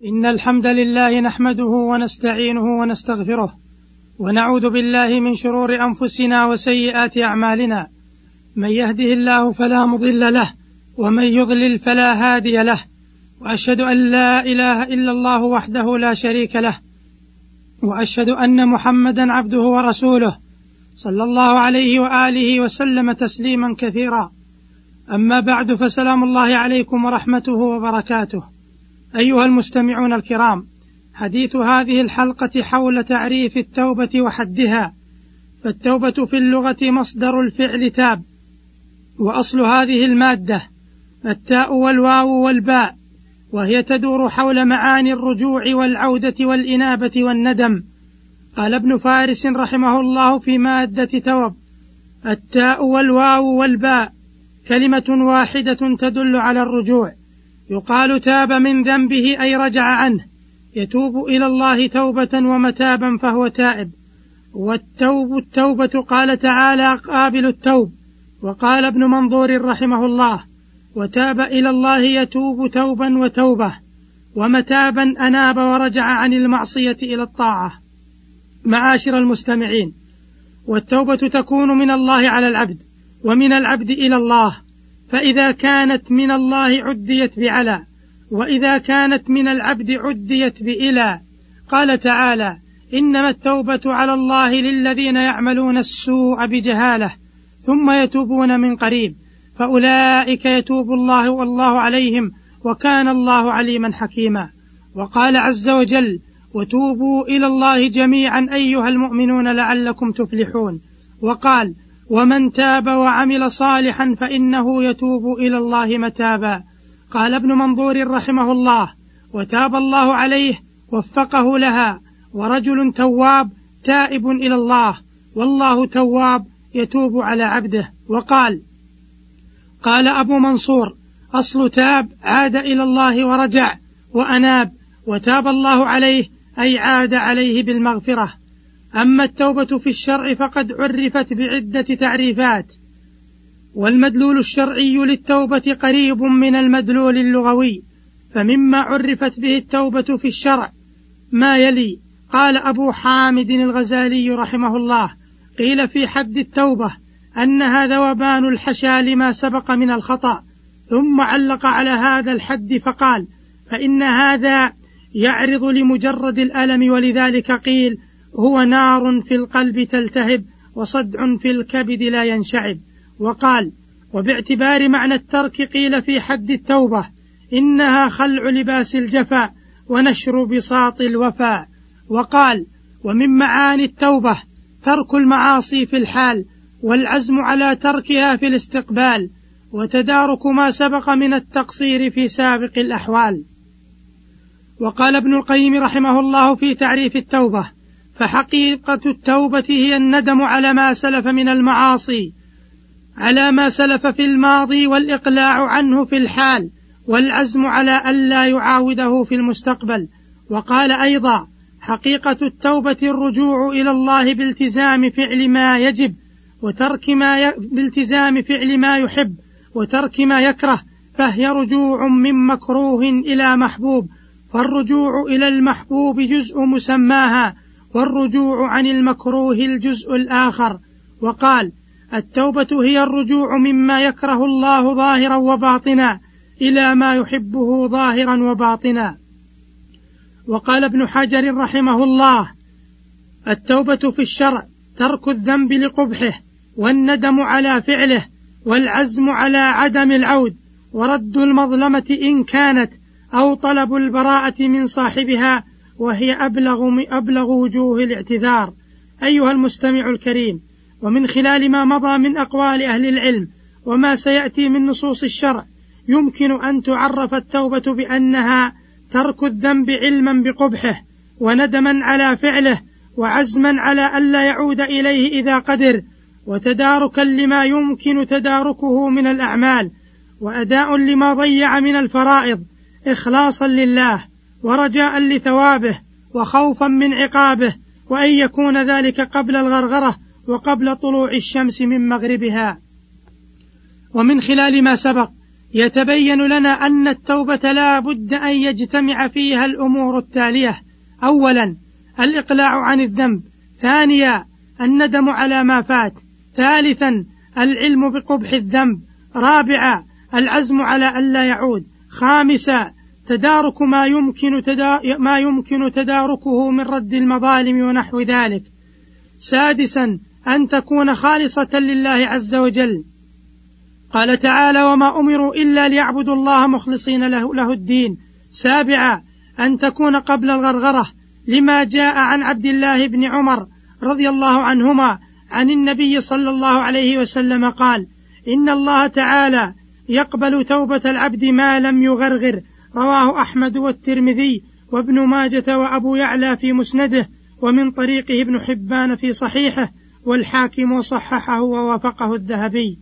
إن الحمد لله نحمده ونستعينه ونستغفره ونعوذ بالله من شرور أنفسنا وسيئات أعمالنا. من يهده الله فلا مضل له ومن يضلل فلا هادي له، وأشهد أن لا إله إلا الله وحده لا شريك له، وأشهد أن محمدا عبده ورسوله صلى الله عليه وآله وسلم تسليما كثيرا. أما بعد، فسلام الله عليكم ورحمته وبركاته. أيها المستمعون الكرام، حديث هذه الحلقة حول تعريف التوبة وحدها. فالتوبة في اللغة مصدر الفعل تاب، وأصل هذه المادة التاء والواو والباء، وهي تدور حول معاني الرجوع والعودة والإنابة والندم. قال ابن فارس رحمه الله في مادة توب: التاء والواو والباء كلمة واحدة تدل على الرجوع. يقال تاب من ذنبه أي رجع عنه، يتوب إلى الله توبة ومتابا فهو تائب. التوبة قال تعالى قابل التوب. وقال ابن منظور رحمه الله: وتاب إلى الله يتوب توبا وتوبة، ومتابا أناب ورجع عن المعصية إلى الطاعة. معاشر المستمعين، والتوبة تكون من الله على العبد، ومن العبد إلى الله، فإذا كانت من الله عديت بعلى، وإذا كانت من العبد عديت بإلى. قال تعالى: إنما التوبة على الله للذين يعملون السوء بجهالة ثم يتوبون من قريب فأولئك يتوب الله والله عليهم وكان الله عليما حكيما. وقال عز وجل: وتوبوا إلى الله جميعا أيها المؤمنون لعلكم تفلحون. وقال: ومن تاب وعمل صالحا فإنه يتوب إلى الله متابا. قال ابن منظور رحمه الله: وتاب الله عليه وفقه لها، ورجل تواب تائب إلى الله، والله تواب يتوب على عبده. وقال أبو منصور: أصل تاب عاد إلى الله ورجع وأناب، وتاب الله عليه أي عاد عليه بالمغفرة. أما التوبة في الشرع فقد عرفت بعدة تعريفات، والمدلول الشرعي للتوبة قريب من المدلول اللغوي. فمما عرفت به التوبة في الشرع ما يلي: قال أبو حامد الغزالي رحمه الله: قيل في حد التوبة أنها ذوبان الحشا لما سبق من الخطأ، ثم علق على هذا الحد فقال: فإن هذا يعرض لمجرد الألم، ولذلك قيل هو نار في القلب تلتهب وصدع في الكبد لا ينشعب. وقال: وباعتبار معنى الترك قيل في حد التوبة إنها خلع لباس الجفا ونشر بساط الوفاء. وقال: ومن معاني التوبة ترك المعاصي في الحال، والعزم على تركها في الاستقبال، وتدارك ما سبق من التقصير في سابق الأحوال. وقال ابن القيم رحمه الله في تعريف التوبة: فحقيقة التوبة هي الندم على ما سلف من المعاصي، على ما سلف في الماضي، والإقلاع عنه في الحال، والعزم على ألا يعاوده في المستقبل. وقال أيضا: حقيقة التوبة الرجوع إلى الله بالتزام فعل ما يجب، بالتزام فعل ما يحب وترك ما يكره، فهي رجوع من مكروه إلى محبوب، فالرجوع إلى المحبوب جزء مسماها، والرجوع عن المكروه الجزء الآخر. وقال: التوبة هي الرجوع مما يكره الله ظاهرا وباطنا إلى ما يحبه ظاهرا وباطنا. وقال ابن حجر رحمه الله: التوبة في الشرع ترك الذنب لقبحه، والندم على فعله، والعزم على عدم العود، ورد المظلمة إن كانت، أو طلب البراءة من صاحبها، وهي أبلغ وجوه الاعتذار. أيها المستمع الكريم، ومن خلال ما مضى من أقوال أهل العلم وما سيأتي من نصوص الشرع، يمكن أن تعرف التوبة بأنها ترك الذنب علما بقبحه، وندما على فعله، وعزما على ألا يعود إليه إذا قدر، وتداركا لما يمكن تداركه من الأعمال، وأداء لما ضيع من الفرائض، إخلاصا لله ورجاء لثوابه وخوفا من عقابه، وأن يكون ذلك قبل الغرغرة وقبل طلوع الشمس من مغربها. ومن خلال ما سبق يتبين لنا أن التوبة لا بد أن يجتمع فيها الأمور التالية: أولا الإقلاع عن الذنب، ثانيا الندم على ما فات، ثالثا العلم بقبح الذنب، رابعا العزم على ألا يعود، خامسا تدارك ما يمكن تداركه من رد المظالم ونحو ذلك، سادسا أن تكون خالصة لله عز وجل. قال تعالى: وما أمروا إلا ليعبدوا الله مخلصين له الدين. سابعا أن تكون قبل الغرغرة، لما جاء عن عبد الله بن عمر رضي الله عنهما عن النبي صلى الله عليه وسلم قال: إن الله تعالى يقبل توبة العبد ما لم يغرغر. رواه أحمد والترمذي وابن ماجة وأبو يعلى في مسنده، ومن طريقه ابن حبان في صحيحه، والحاكم وصححه ووافقه الذهبي.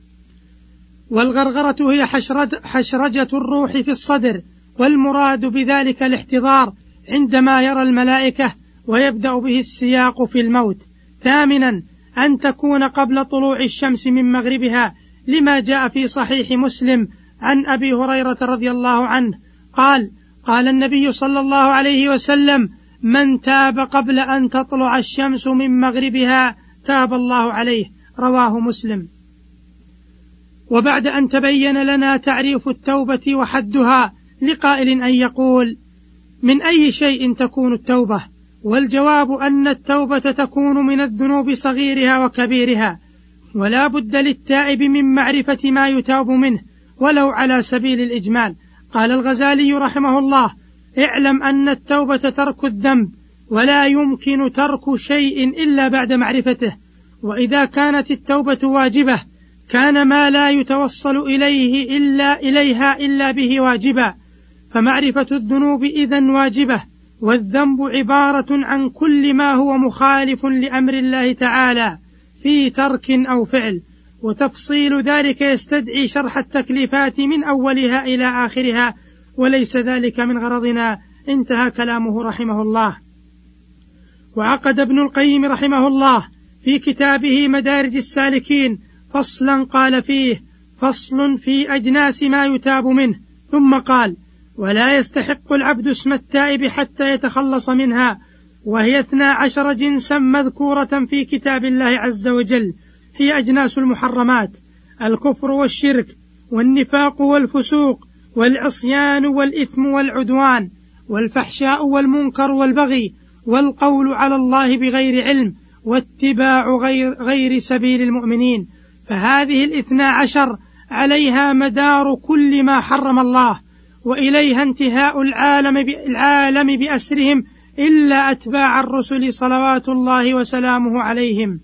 والغرغرة هي حشرجة الروح في الصدر، والمراد بذلك الاحتضار عندما يرى الملائكة، ويبدأ به السياق في الموت. ثامنا أن تكون قبل طلوع الشمس من مغربها، لما جاء في صحيح مسلم عن أبي هريرة رضي الله عنه قال: قال النبي صلى الله عليه وسلم: من تاب قبل أن تطلع الشمس من مغربها تاب الله عليه. رواه مسلم. وبعد أن تبين لنا تعريف التوبة وحدها، لقائل أن يقول: من أي شيء تكون التوبة؟ والجواب أن التوبة تكون من الذنوب صغيرها وكبيرها، ولا بد للتائب من معرفة ما يتاب منه ولو على سبيل الإجمال. قال الغزالي رحمه الله: اعلم أن التوبة ترك الذنب، ولا يمكن ترك شيء إلا بعد معرفته. وإذا كانت التوبة واجبة، كان ما لا يتوصل إليها إلا به واجبا، فمعرفة الذنوب إذن واجبة، والذنب عبارة عن كل ما هو مخالف لأمر الله تعالى في ترك أو فعل، وتفصيل ذلك يستدعي شرح التكليفات من أولها إلى آخرها، وليس ذلك من غرضنا. انتهى كلامه رحمه الله. وعقد ابن القيم رحمه الله في كتابه مدارج السالكين فصلا قال فيه: فصل في أجناس ما يتاب منه. ثم قال: ولا يستحق العبد اسم التائب حتى يتخلص منها، وهي 12 جنسا مذكورة في كتاب الله عز وجل. هي أجناس المحرمات: الكفر والشرك والنفاق والفسوق والعصيان والإثم والعدوان والفحشاء والمنكر والبغي والقول على الله بغير علم واتباع غير سبيل المؤمنين. فهذه 12 عليها مدار كل ما حرم الله، وإليها انتهاء العالم بأسرهم إلا أتباع الرسل صلوات الله وسلامه عليهم.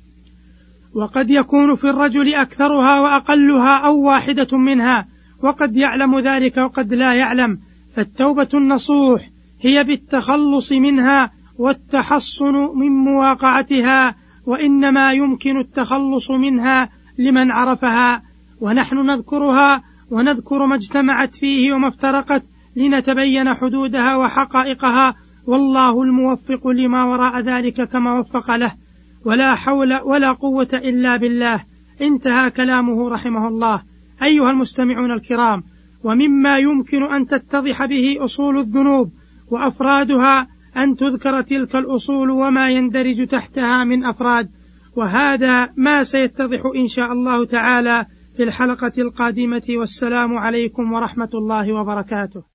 وقد يكون في الرجل أكثرها وأقلها أو واحدة منها، وقد يعلم ذلك وقد لا يعلم. فالتوبة النصوح هي بالتخلص منها والتحصن من مواقعتها، وإنما يمكن التخلص منها لمن عرفها. ونحن نذكرها ونذكر ما اجتمعت فيه وما افترقت، لنتبين حدودها وحقائقها، والله الموفق لما وراء ذلك كما وفق له، ولا حول ولا قوة إلا بالله. انتهى كلامه رحمه الله. أيها المستمعون الكرام، ومما يمكن أن تتضح به أصول الذنوب وأفرادها أن تذكر تلك الأصول وما يندرج تحتها من أفراد، وهذا ما سيتضح إن شاء الله تعالى في الحلقة القادمة. والسلام عليكم ورحمة الله وبركاته.